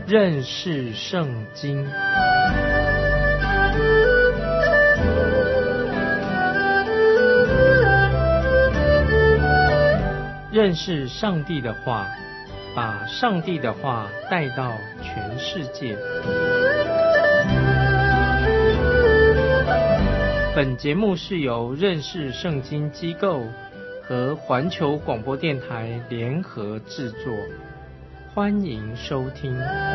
认识圣经。认识上帝的话，把上帝的话带到全世界。本节目是由认识圣经机构和环球广播电台联合制作，欢迎收听。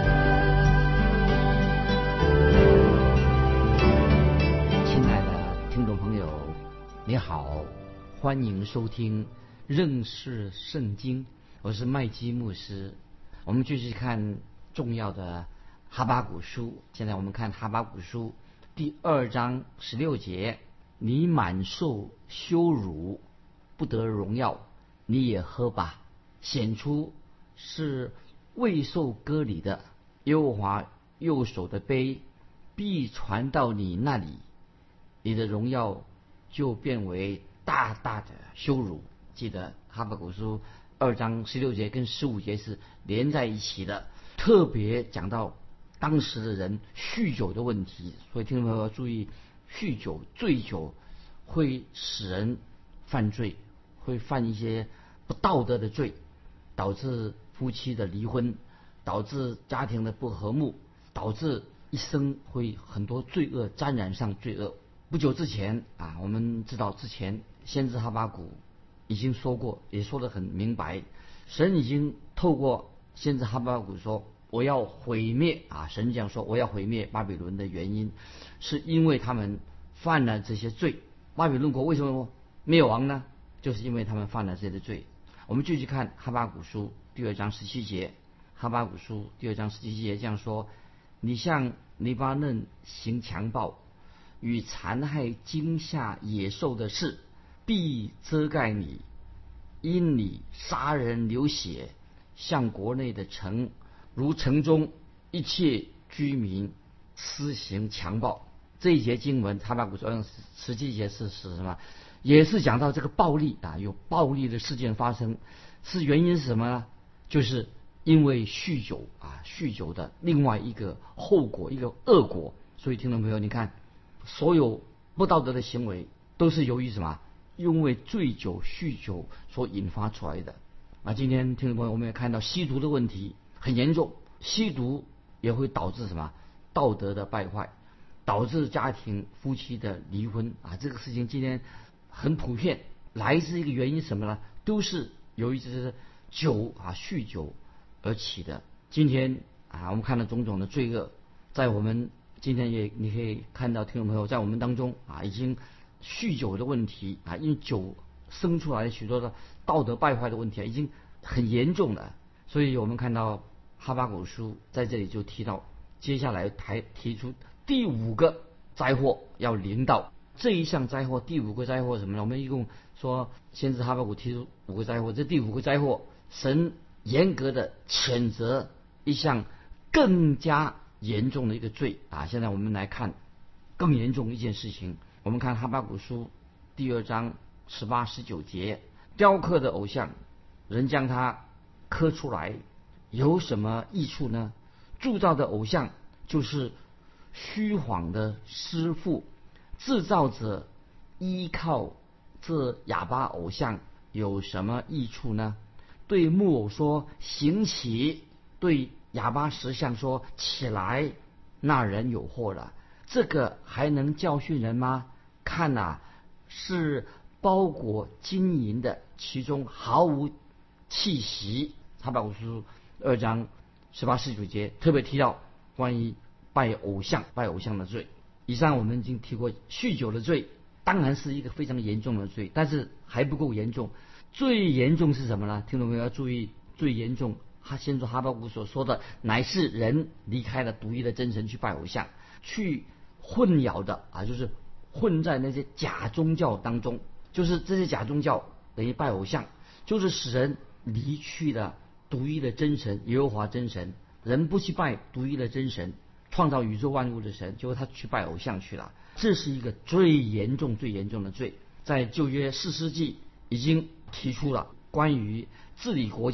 亲爱的听众朋友，你好，欢迎收听认识圣经，我是麦基牧师。我们继续看重要的哈巴谷书。现在我们看哈巴谷书第2章16节：你满受羞辱，不得荣耀，你也喝吧，显出是未受割礼的。耶和华右手的杯必传到你那里，你的荣耀就变为大大的羞辱。记得哈巴谷书2章16节跟15节是连在一起的，特别讲到当时的人酗酒的问题。所以听众朋友要注意，酗酒、醉酒会使人犯罪，会犯一些不道德的罪，导致夫妻的离婚，导致家庭的不和睦，导致一生会很多罪恶沾染上罪恶。不久之前我们知道之前先知哈巴谷已经说过，也说得很明白，神已经透过先知哈巴谷说，我要毁灭神这样说，我要毁灭巴比伦的原因是因为他们犯了这些罪。巴比伦国为什么灭亡呢？就是因为他们犯了这些罪。我们继续看哈巴谷书第2章17节。哈巴谷书第2章17节这样说：你向黎巴嫩行强暴与残害惊吓野兽的事，必遮盖你，因你杀人流血，向国内的城如城中一切居民施行强暴。这一节经文哈巴谷书17节是什么？也是讲到这个暴力有暴力的事件发生，是原因是什么呢？就是因为酗酒酗酒的另外一个后果，一个恶果。所以听众朋友，你看所有不道德的行为都是由于什么？因为醉酒酗酒所引发出来的。今天听众朋友，我们也看到吸毒的问题很严重，吸毒也会导致什么？道德的败坏，导致家庭夫妻的离婚这个事情今天很普遍，来自一个原因什么呢？都是由于这些酒酗酒而起的。今天我们看到种种的罪恶，在我们今天你可以看到听众朋友在我们当中已经酗酒的问题因酒生出来许多的道德败坏的问题已经很严重了。所以我们看到哈巴谷书在这里就提到，接下来提出第5个灾祸要临到。这一项灾祸，第5个灾祸是什么呢？我们一共说先知哈巴谷提出5个灾祸，这第5个灾祸神严格的谴责一项更加严重的一个罪现在我们来看更严重的一件事情。我们看哈巴谷书第2章18、19节：雕刻的偶像，人将它刻出来，有什么益处呢？铸造的偶像就是虚谎的师傅，制造者依靠这哑巴偶像有什么益处呢？对木偶说行起，对哑巴石像说起来，那人有祸了。这个还能教训人吗？看是包裹金银的，其中毫无气息。哈巴谷书2章18、19节特别提到关于拜偶像的罪。以上我们已经提过，酗酒的罪当然是一个非常严重的罪，但是还不够严重。最严重是什么呢？听众朋友要注意，最严重先知哈巴谷所说的，乃是人离开了独一的真神去拜偶像，去混淆的就是混在那些假宗教当中，就是这些假宗教等于拜偶像，就是使人离去了独一的真神耶和华真神。人不去拜独一的真神，创造宇宙万物的神，结果他去拜偶像去了。这是一个最严重的罪。在旧约4世纪已经提出了关于治理国家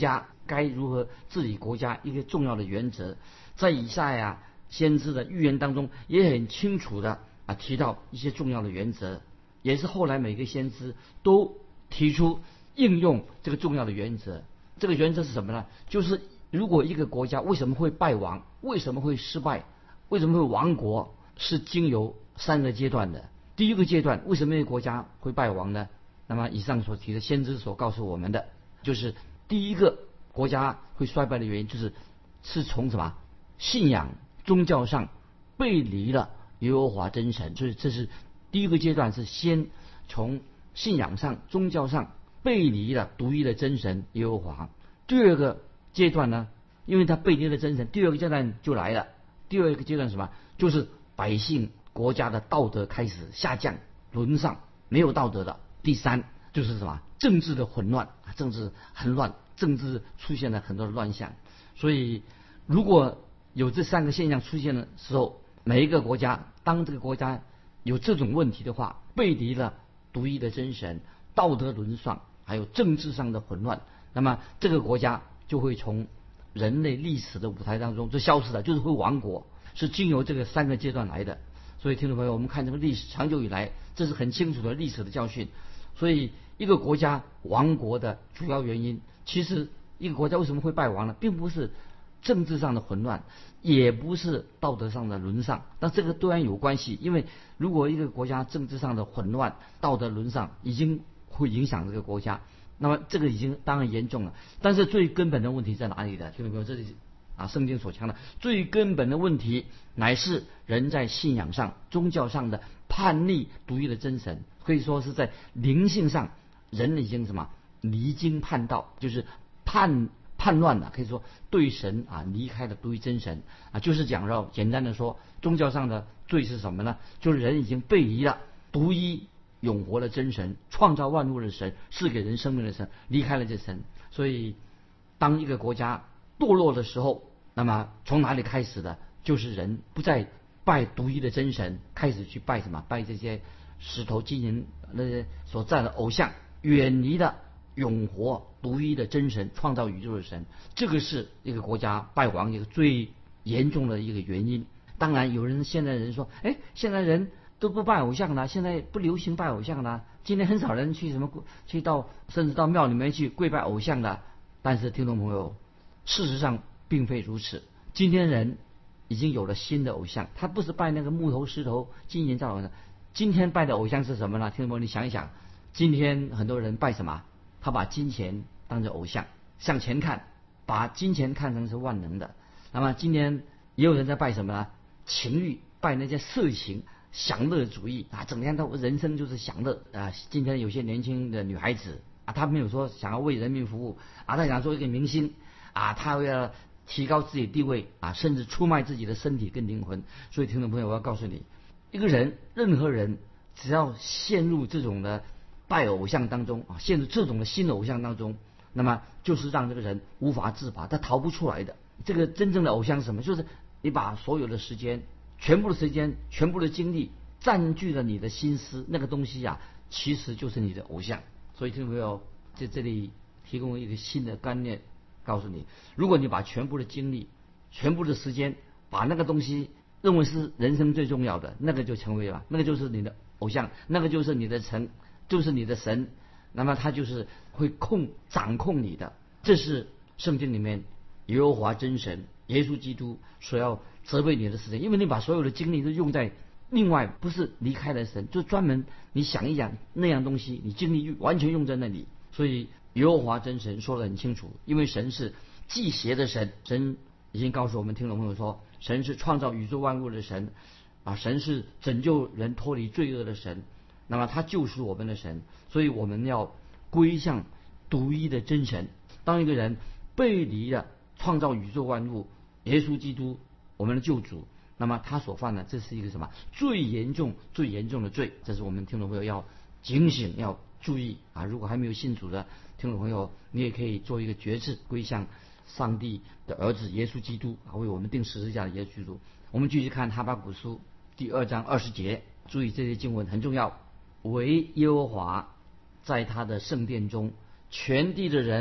该如何治理国家一个重要的原则。在以赛亚先知的预言当中也很清楚的提到一些重要的原则，也是后来每个先知都提出应用这个重要的原则。这个原则是什么呢？就是如果一个国家为什么会败亡，为什么会失败，为什么会亡国，是经由3个阶段的。第一个阶段，为什么一个国家会败亡呢？那么以上所提的先知所告诉我们的，就是第一个国家会衰败的原因，是从什么信仰宗教上背离了耶和华真神。所以这是第一个阶段，是先从信仰上宗教上背离了独一的真神耶和华。第二个阶段呢，因为他背离了真神，第二个阶段就来了。第二个阶段是什么？就是百姓国家的道德开始下降，沦丧，没有道德的。第三就是什么？政治的混乱，政治很乱，政治出现了很多的乱象。所以如果有这3个现象出现的时候，每一个国家，当这个国家有这种问题的话，背离了独一的真神，道德沦丧，还有政治上的混乱，那么这个国家就会从人类历史的舞台当中就消失了，就是会亡国，是经由这个3个阶段来的。所以听众朋友，我们看这个历史长久以来，这是很清楚的历史的教训。所以一个国家亡国的主要原因，其实一个国家为什么会败亡呢？并不是政治上的混乱，也不是道德上的沦丧，但这个当然有关系。因为如果一个国家政治上的混乱、道德沦丧，已经会影响这个国家，那么这个已经当然严重了。但是最根本的问题在哪里呢？听众朋友，这里圣经所强调最根本的问题，乃是人在信仰上宗教上的叛逆独一的真神。可以说是在灵性上，人已经什么离经叛道，就是叛乱了，可以说对神离开了独一真神就是讲到简单的说，宗教上的罪是什么呢？就是人已经背离了独一永活的真神，创造万物的神，是给人生命的神，离开了这神。所以当一个国家堕落的时候，那么从哪里开始的？就是人不再拜独一的真神，开始去拜什么？拜这些石头、金银那些所站的偶像，远离了永活独一的真神，创造宇宙的神。这个是一个国家败亡一个最严重的一个原因。当然有人现在人说，现在人都不拜偶像了，现在不流行拜偶像了，今天很少人去甚至到庙里面去跪拜偶像的。但是听众朋友，事实上并非如此。今天人已经有了新的偶像，他不是拜那个木头、石头、金银造的。今天拜的偶像是什么呢？听众朋友，你想一想，今天很多人拜什么？他把金钱当成偶像，向前看，把金钱看成是万能的。那么今天也有人在拜什么呢？情欲，拜那些色情、享乐主义怎么样？他人生就是享乐今天有些年轻的女孩子她没有说想要为人民服务她想做一个明星她为了提高自己的地位甚至出卖自己的身体跟灵魂。所以听众朋友，我要告诉你，一个人，任何人，只要陷入这种的拜偶像当中陷入这种的新偶像当中，那么就是让这个人无法自拔，他逃不出来的。这个真正的偶像是什么？就是你把所有的时间、全部的时间、全部的精力占据了你的心思，那个东西其实就是你的偶像。所以听众朋友，在这里提供一个新的观念，告诉你，如果你把全部的精力、全部的时间，把那个东西认为是人生最重要的，那个就成为了，那个就是你的偶像，那个就是你的神，就是你的神，那么他就是会掌控你的。这是圣经里面耶和华真神耶稣基督所要责备你的事情，因为你把所有的精力都用在另外，不是离开了神，就专门你想一想那样东西，你精力完全用在那里。所以耶和华真神说得很清楚，因为神是忌邪的神，神已经告诉我们听众朋友说，神是创造宇宙万物的神神是拯救人脱离罪恶的神，那么他就是我们的神。所以我们要归向独一的真神。当一个人背离了创造宇宙万物耶稣基督我们的救主，那么他所犯的这是一个什么最严重的罪。这是我们听众朋友要警醒要注意如果还没有信主的听众朋友，你也可以做一个决志，归向上帝的儿子耶稣基督为我们定十字架的耶稣基督。我们继续看哈巴谷书第2章20节，注意这些经文很重要。唯耶和华在他的圣殿中，全地的人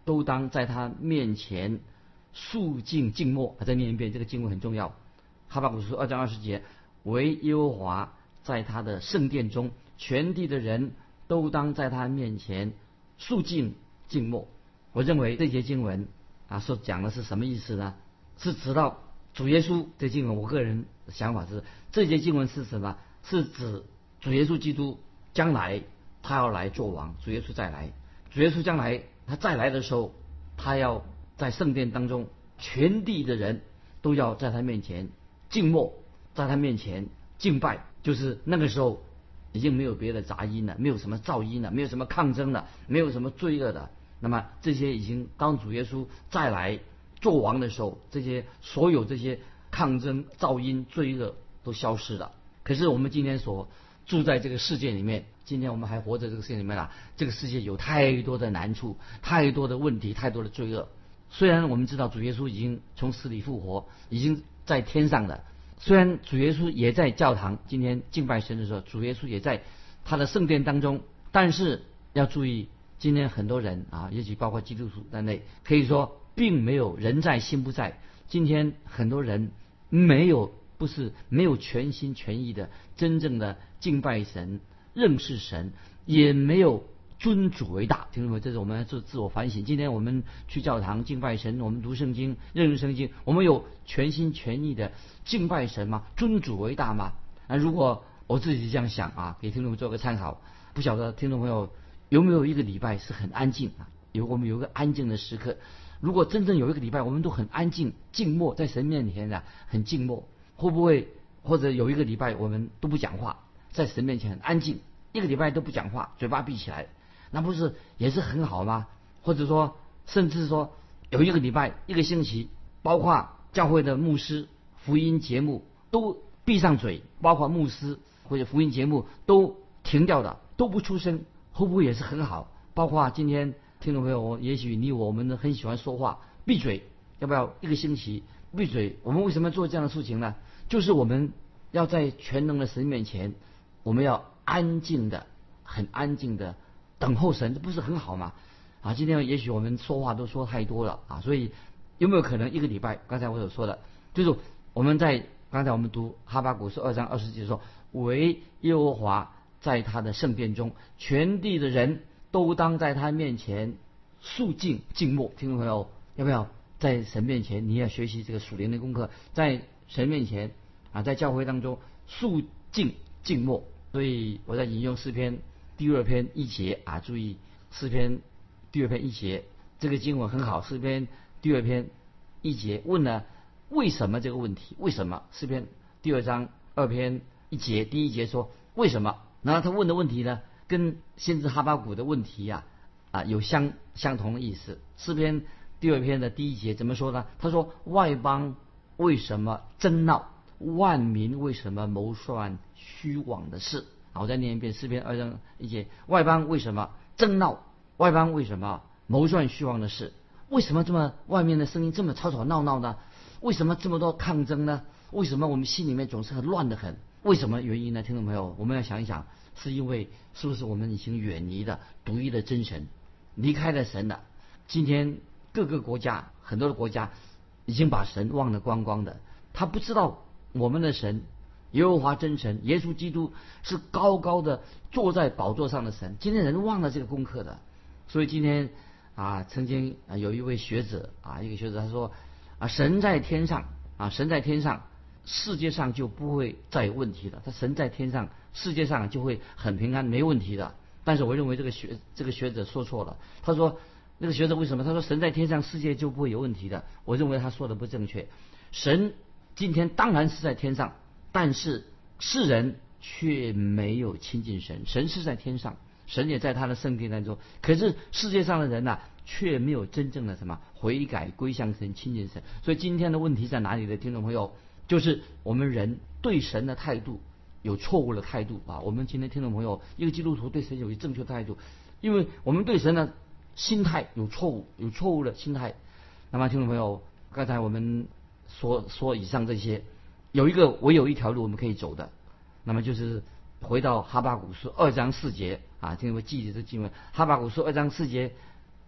都当在他面前肃静静默。再念一遍，这个经文很重要。哈巴谷书2章20节，唯耶和华在他的圣殿中，全地的人都当在他面前肃静静默。我认为这节经文所讲的是什么意思呢？是指到主耶稣。这经文我个人的想法是，这节经文是什么？是指主耶稣基督将来他要来做王。主耶稣再来，主耶稣将来他再来的时候，他要在圣殿当中，全地的人都要在他面前静默，在他面前敬拜。就是那个时候已经没有别的杂音了，没有什么噪音了，没有什么抗争了，没有什么罪恶的。那么这些已经当主耶稣再来做王的时候，所有这些抗争、噪音、罪恶都消失了。可是我们今天所住在这个世界里面，今天我们还活在这个世界里面这个世界有太多的难处，太多的问题，太多的罪恶。虽然我们知道主耶稣已经从死里复活，已经在天上了，虽然主耶稣也在教堂今天敬拜神的时候，主耶稣也在他的圣殿当中，但是要注意，今天很多人也许包括基督徒在内，可以说并没有人在心不在。今天很多人没有全心全意的真正的敬拜神、认识神，也没有尊主为大。听众们，这是我们要做自我反省。今天我们去教堂敬拜神，我们读圣经、认识圣经，我们有全心全意的敬拜神吗？尊主为大吗？如果我自己这样想给听众们做个参考。不晓得听众朋友有没有一个礼拜是很安静我们有一个安静的时刻。如果真正有一个礼拜我们都很安静静默，在神面前很静默，会不会或者有一个礼拜我们都不讲话，在神面前很安静，一个礼拜都不讲话，嘴巴闭起来，那不是也是很好吗？或者说甚至说有一个礼拜一个星期，包括教会的牧师福音节目都闭上嘴，包括牧师或者福音节目都停掉的，都不出声，会不会也是很好？包括今天听众朋友，也许你我们很喜欢说话，闭嘴，要不要一个星期闭嘴？我们为什么做这样的事情呢？就是我们要在全能的神面前，我们要安静的很安静的等候神，这不是很好吗？今天也许我们说话都说太多了所以有没有可能一个礼拜，刚才我所说的，就是我们刚才我们读哈巴谷书2章20节说，唯耶和华在他的圣殿中，全地的人都当在他面前肃静静默。听众朋友，要不要在神面前，你要学习这个属灵的功课，在神面前在教会当中肃静静默。所以我在引用诗篇第2篇1节注意诗篇第2篇1节，这个经文很好。诗篇第2篇1节问了为什么这个问题，为什么？诗篇第2章2篇1节第1节说为什么？然后他问的问题呢，跟先知哈巴谷的问题有相同的意思。诗篇第2篇的第1节怎么说呢？他说外邦为什么争闹，万民为什么谋算虚妄的事。我再念一遍诗篇2章1节，外邦为什么争闹，外邦为什么谋算虚妄的事？为什么这么外面的声音这么吵吵闹闹呢？为什么这么多抗争呢？为什么我们心里面总是很乱得很？为什么原因呢？听众朋友，我们要想一想，是因为是不是我们已经远离了独一的真神，离开了神了？今天各个国家，很多的国家已经把神忘得光光的，他不知道我们的神耶和华真神耶稣基督是高高的坐在宝座上的神。今天人忘了这个功课的。所以今天曾经有一位学者一个学者他说神在天上神在天上，世界上就不会再有问题了。他神在天上，世界上就会很平安，没问题的。但是我认为这个学者说错了。他说那个学者为什么？他说神在天上，世界就不会有问题的。我认为他说的不正确。神今天当然是在天上，但是世人却没有亲近神。神是在天上，神也在他的圣殿当中，可是世界上的人却没有真正的悔改归向神亲近神。所以今天的问题在哪里呢？听众朋友，就是我们人对神的态度有错误的态度我们今天听众朋友，一个基督徒对神有一正确的态度，因为我们对神的心态有错误的心态。那么听众朋友，刚才我们说以上这些，唯有一条路我们可以走的，那么就是回到哈巴谷书2章4节听众们记着这经文。哈巴谷书2章4节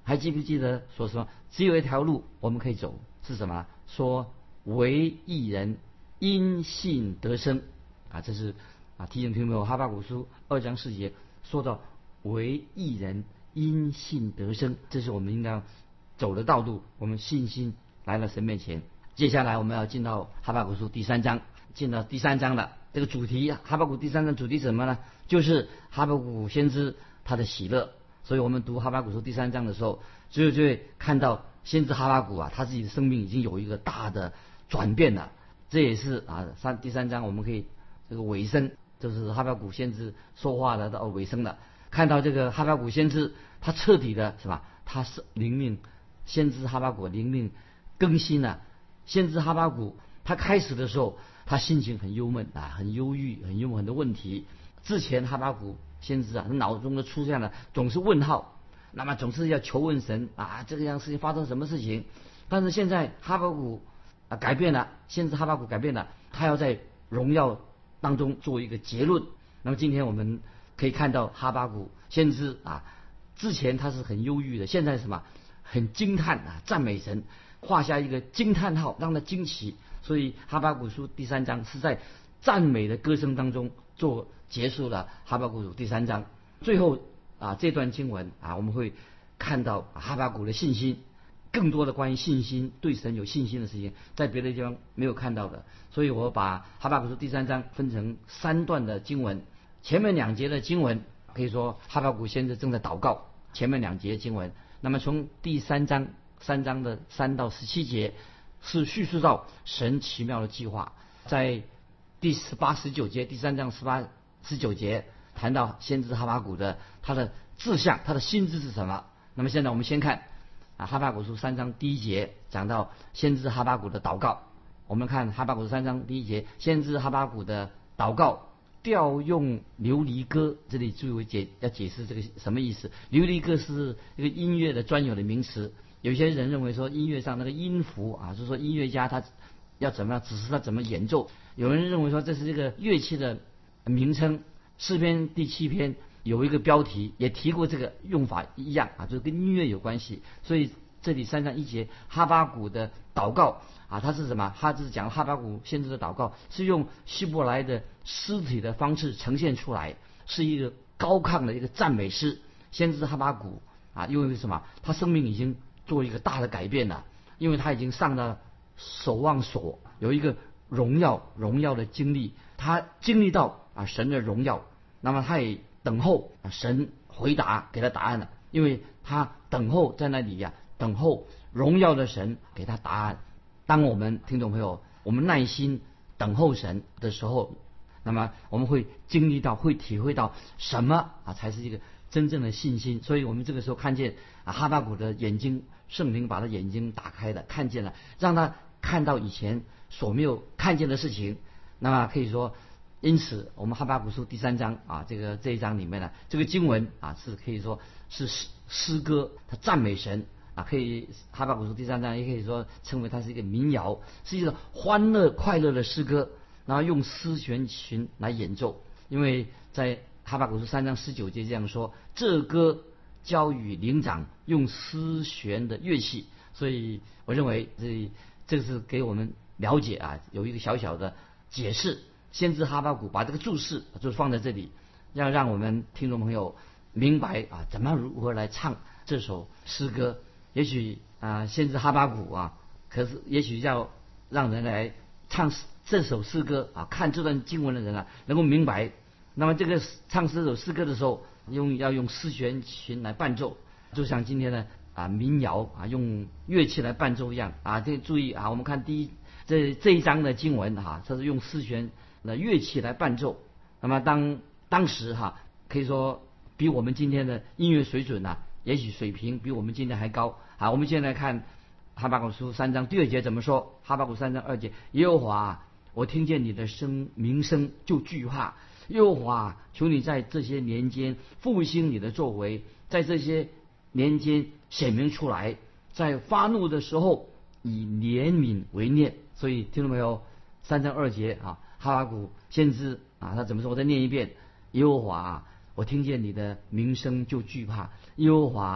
还记不记得说什么？只有一条路我们可以走，是什么？说唯一人因信得生啊，这是提醒听众朋友，哈巴谷书2章4节说到唯一人因信得生，这是我们应该走的道路。我们信心来了神面前。接下来我们要进到哈巴谷书第3章，进到第3章了。这个主题，哈巴谷第3章主题是什么呢？就是哈巴谷先知他的喜乐。所以我们读哈巴谷书第3章的时候，就会看到先知哈巴谷他自己的生命已经有一个大的转变了。这也是第3章我们可以这个尾声，就是哈巴谷先知说话的到尾声了。看到这个哈巴谷先知，他彻底的是吧？他是灵命，先知哈巴谷灵命更新了。先知哈巴谷他开始的时候，他心情很忧闷很忧郁，有很多问题。之前哈巴谷先知他脑中的出现了总是问号，那么总是要求问神这个样事情发生什么事情。但是现在哈巴谷改变了，先知哈巴谷改变了，他要在荣耀当中做一个结论。那么今天我们可以看到哈巴谷先知之前他是很忧郁的，现在什么很惊叹赞美神，画下一个惊叹号，让他惊奇。所以哈巴谷书第3章是在赞美的歌声当中做结束了哈巴谷书第3章。最后这段经文我们会看到哈巴谷的信心，更多的关于信心，对神有信心的事情，在别的地方没有看到的。所以我把哈巴谷书第3章分成3段的经文。前面2节的经文可以说哈巴谷先知正在祷告，前面2节经文。那么从第3章3章的3到17节是叙述到神奇妙的计划。在第18、19节，第3章18、19节谈到先知哈巴谷的他的志向，他的心志是什么。那么现在我们先看哈巴谷书3章第1节，讲到先知哈巴谷的祷告。我们看哈巴谷书3章第1节，先知哈巴谷的祷告，调用琉璃歌。这里注意要解释这个什么意思。琉璃歌是一个音乐的专有的名词。有些人认为说音乐上那个音符就是说音乐家他要怎么样，只是他怎么演奏。有人认为说这是这个乐器的名称。诗篇第7篇有一个标题也提过这个用法一样就是跟音乐有关系。所以这里3章1节哈巴谷的祷告他是什么？他是讲哈巴谷先知的祷告是用希伯来的诗体的方式呈现出来，是一个高亢的一个赞美诗。先知哈巴谷因为什么？他生命已经做一个大的改变了，因为他已经上了守望所，有一个荣耀的经历，他经历到神的荣耀。那么他也等候神回答给他答案了，因为他等候在那里等候荣耀的神给他答案。当我们听众朋友我们耐心等候神的时候，那么我们会经历到，会体会到什么才是一个真正的信心。所以我们这个时候看见哈巴谷的眼睛，圣灵把他眼睛打开了，看见了，让他看到以前所没有看见的事情。那么可以说，因此我们哈巴谷书第3章这一章里面呢，这个经文是可以说是诗歌，他赞美神可以哈巴谷书第3章也可以说称为它是一个民谣，是一个欢乐快乐的诗歌，然后用丝弦琴来演奏。因为在哈巴谷书3章19节这样说，这歌交与灵长，用丝弦的乐器。所以我认为这是给我们了解有一个小小的解释。先知哈巴谷把这个注释就放在这里，要让我们听众朋友明白怎么如何来唱这首诗歌。也许先知哈巴谷可是也许要让人来唱这首诗歌看这段经文的人能够明白。那么这个唱这首诗歌的时候，要用丝弦琴来伴奏，就像今天的民谣用乐器来伴奏一样这注意我们看这一章的经文它是用丝弦的乐器来伴奏。那么当时可以说比我们今天的音乐水准也许水平比我们今天还高。我们现在看哈巴谷书3章第2节怎么说。哈巴谷3章2节，耶和华我听见你的名声就惧怕。耶和华求你在这些年间复兴你的作为，在这些年间显明出来，在发怒的时候以怜悯为念。所以听众朋友3章2节哈巴谷先知他怎么说？我再念一遍。耶和华我听见你的名声就惧怕。耶和华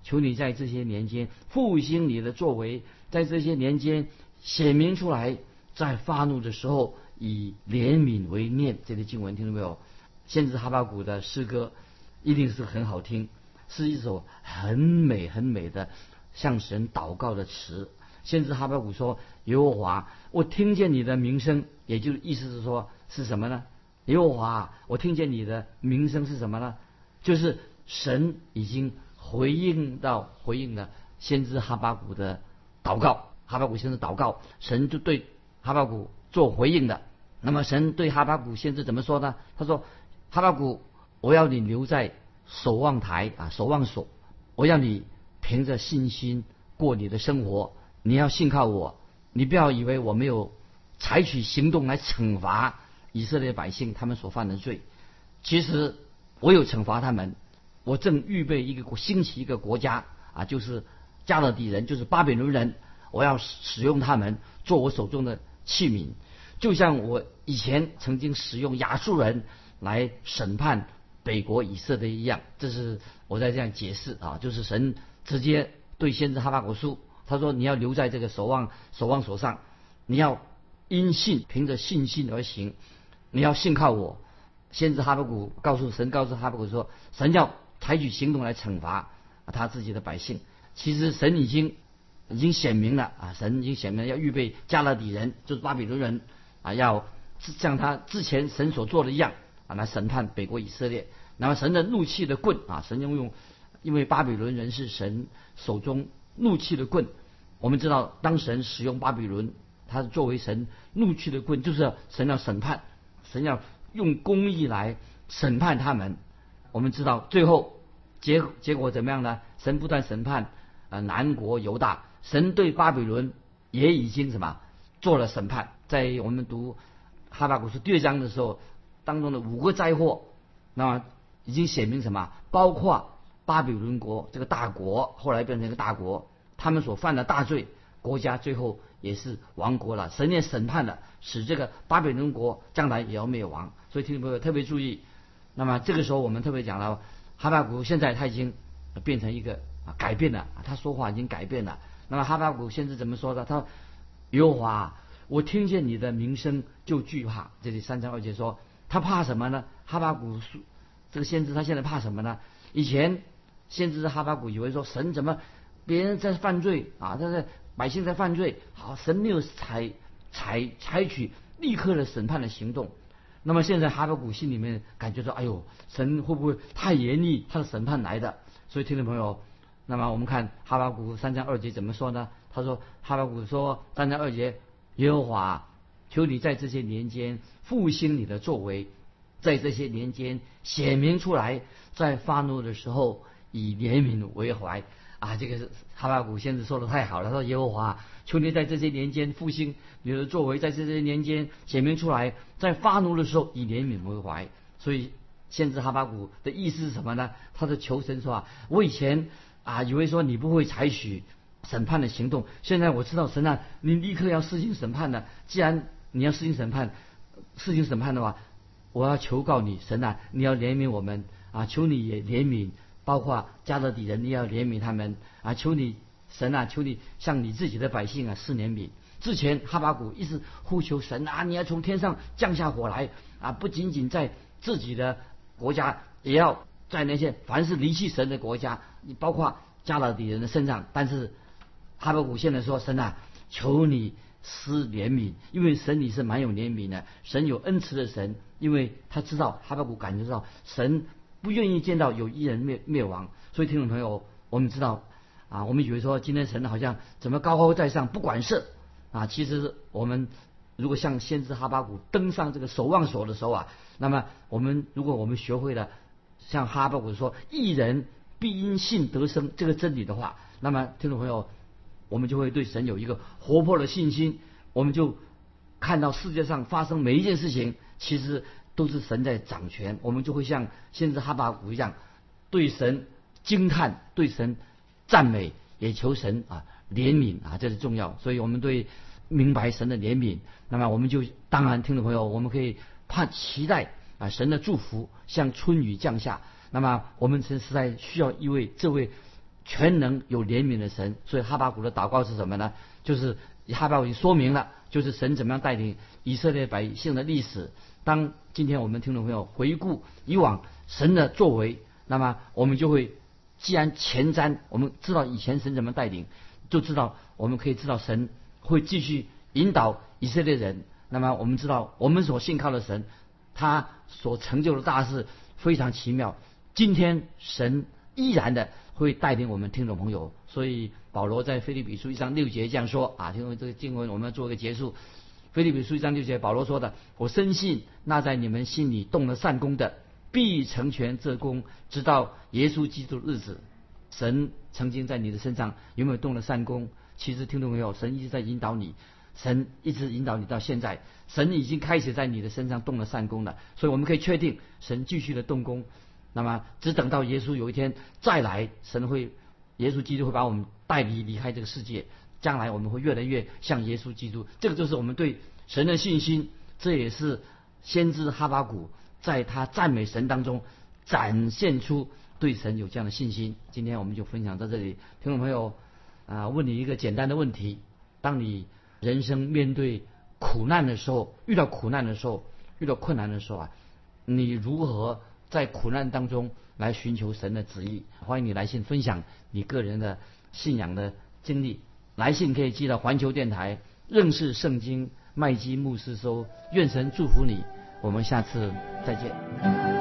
求你在这些年间复兴你的作为，在这些年间显明出来，在发怒的时候以怜悯为念。这类经文听到没有？先知哈巴谷的诗歌一定是很好听，是一首很美很美的向神祷告的词。先知哈巴谷说：耶和华，我听见你的名声，也就是意思是说是什么呢？耶和华，我听见你的名声是什么呢？就是神已经回应了先知哈巴谷的祷告。哈巴谷先知祷告，神就对哈巴谷做回应的。那么神对哈巴谷先知怎么说呢？他说：哈巴谷，我要你留在守望台守望所，我要你凭着信心过你的生活，你要信靠我，你不要以为我没有采取行动来惩罚以色列百姓他们所犯的罪。其实我有惩罚他们，我正预备兴起一个国家就是加勒底人，就是巴比伦人，我要使用他们做我手中的器皿，就像我以前曾经使用亚述人来审判北国以色列一样。这是我在这样解释就是神直接对先知哈巴谷说，他说你要留在这个守望所上，你要因信凭着信心而行，你要信靠我。先知哈巴谷告诉哈巴谷说，神要采取行动来惩罚他自己的百姓。其实神已经显明了神已经显明了要预备加勒底人，就是巴比伦人要像他之前神所做的一样来审判北国以色列。那么神的怒气的棍神因为巴比伦人是神手中怒气的棍。我们知道当神使用巴比伦，他作为神怒气的棍，就是神要审判，神要用公义来审判他们。我们知道最后结果怎么样呢？神不但审判南国犹大，神对巴比伦也已经做了审判。在我们读哈巴谷书第2章的时候，当中的5个灾祸，那么已经写明包括巴比伦国这个大国后来变成一个大国，他们所犯的大罪，国家最后也是亡国了。神也审判了，使这个巴比伦国将来也要灭亡。所以听众朋友特别注意。那么这个时候我们特别讲到哈巴谷现在他已经变成一个改变了，他说话已经改变了。那么哈巴谷先知怎么说的？他说：耶和华，我听见你的名声就惧怕。这里3章2节说他怕什么呢？哈巴谷这个先知他现在怕什么呢？以前先知哈巴谷以为说神怎么别人在犯罪但是百姓在犯罪，神没有采取立刻的审判的行动。那么现在哈巴谷心里面感觉到，哎呦，神会不会太严厉，他的审判来的？所以听众朋友，那么我们看哈巴谷3章2节怎么说呢？他说哈巴谷说3章2节，耶和华，求你在这些年间复兴你的作为，在这些年间显明出来，在发怒的时候以怜悯为怀。这个是哈巴谷先知说的太好了。他说耶和华，求你在这些年间复兴你的作为，在这些年间显明出来，在发怒的时候以怜悯为怀。所以先知哈巴谷的意思是什么呢？他的求神说我以前以为说你不会采取审判的行动，现在我知道神你立刻要施行审判的。既然你要施行审判的话，我要求告你，神你要怜悯我们求你也怜悯包括加勒底人，你要怜悯他们求你神求你向你自己的百姓施怜悯。之前哈巴谷一直呼求神你要从天上降下火来不仅仅在自己的国家，也要在那些凡是离弃神的国家，包括加勒底人的身上。但是哈巴谷现在说，神求你施怜悯，因为神你是蛮有怜悯的，神有恩慈的神。因为他知道，哈巴谷感觉到神不愿意见到有一人灭亡。所以听众朋友，我们知道我们以为说今天神好像怎么高高在上不管事其实我们如果像先知哈巴谷登上这个守望所的时候那么如果我们学会了像哈巴谷说义人必因信得生这个真理的话，那么听众朋友，我们就会对神有一个活泼的信心。我们就看到世界上发生每一件事情其实都是神在掌权，我们就会像先知哈巴谷一样对神惊叹，对神赞美，也求神怜悯这是重要。所以我们对明白神的怜悯，那么我们就当然听众朋友，我们可以期待神的祝福像春雨降下。那么我们实在需要这位全能有怜悯的神。所以哈巴谷的祷告是什么呢？就是哈巴谷已经说明了，就是神怎么样带领以色列百姓的历史。当今天我们听众朋友回顾以往神的作为，那么我们就会既然前瞻，我们知道以前神怎么带领，就知道我们可以知道神会继续引导以色列人。那么我们知道我们所信靠的神，他所成就的大事非常奇妙。今天神依然的会带领我们听众朋友。所以保罗在腓立比书1章6节这样说啊，因为这个经文我们要做一个结束。腓立比书1章6节保罗说的：我深信那在你们心里动了善功的，必成全这功，直到耶稣基督的日子。神曾经在你的身上有没有动了善功？其实听众朋友，神一直在引导你，神一直引导你到现在，神已经开始在你的身上动了善功了。所以我们可以确定神继续的动工。那么只等到耶稣有一天再来，耶稣基督会把我们带离开这个世界，将来我们会越来越像耶稣基督。这个就是我们对神的信心，这也是先知哈巴谷在他赞美神当中展现出对神有这样的信心。今天我们就分享到这里。听众朋友问你一个简单的问题：当你人生面对苦难的时候，遇到困难的时候你如何在苦难当中来寻求神的旨意？欢迎你来信分享你个人的信仰的经历。来信可以寄到环球电台认识圣经麦基牧师收。愿神祝福你，我们下次再见。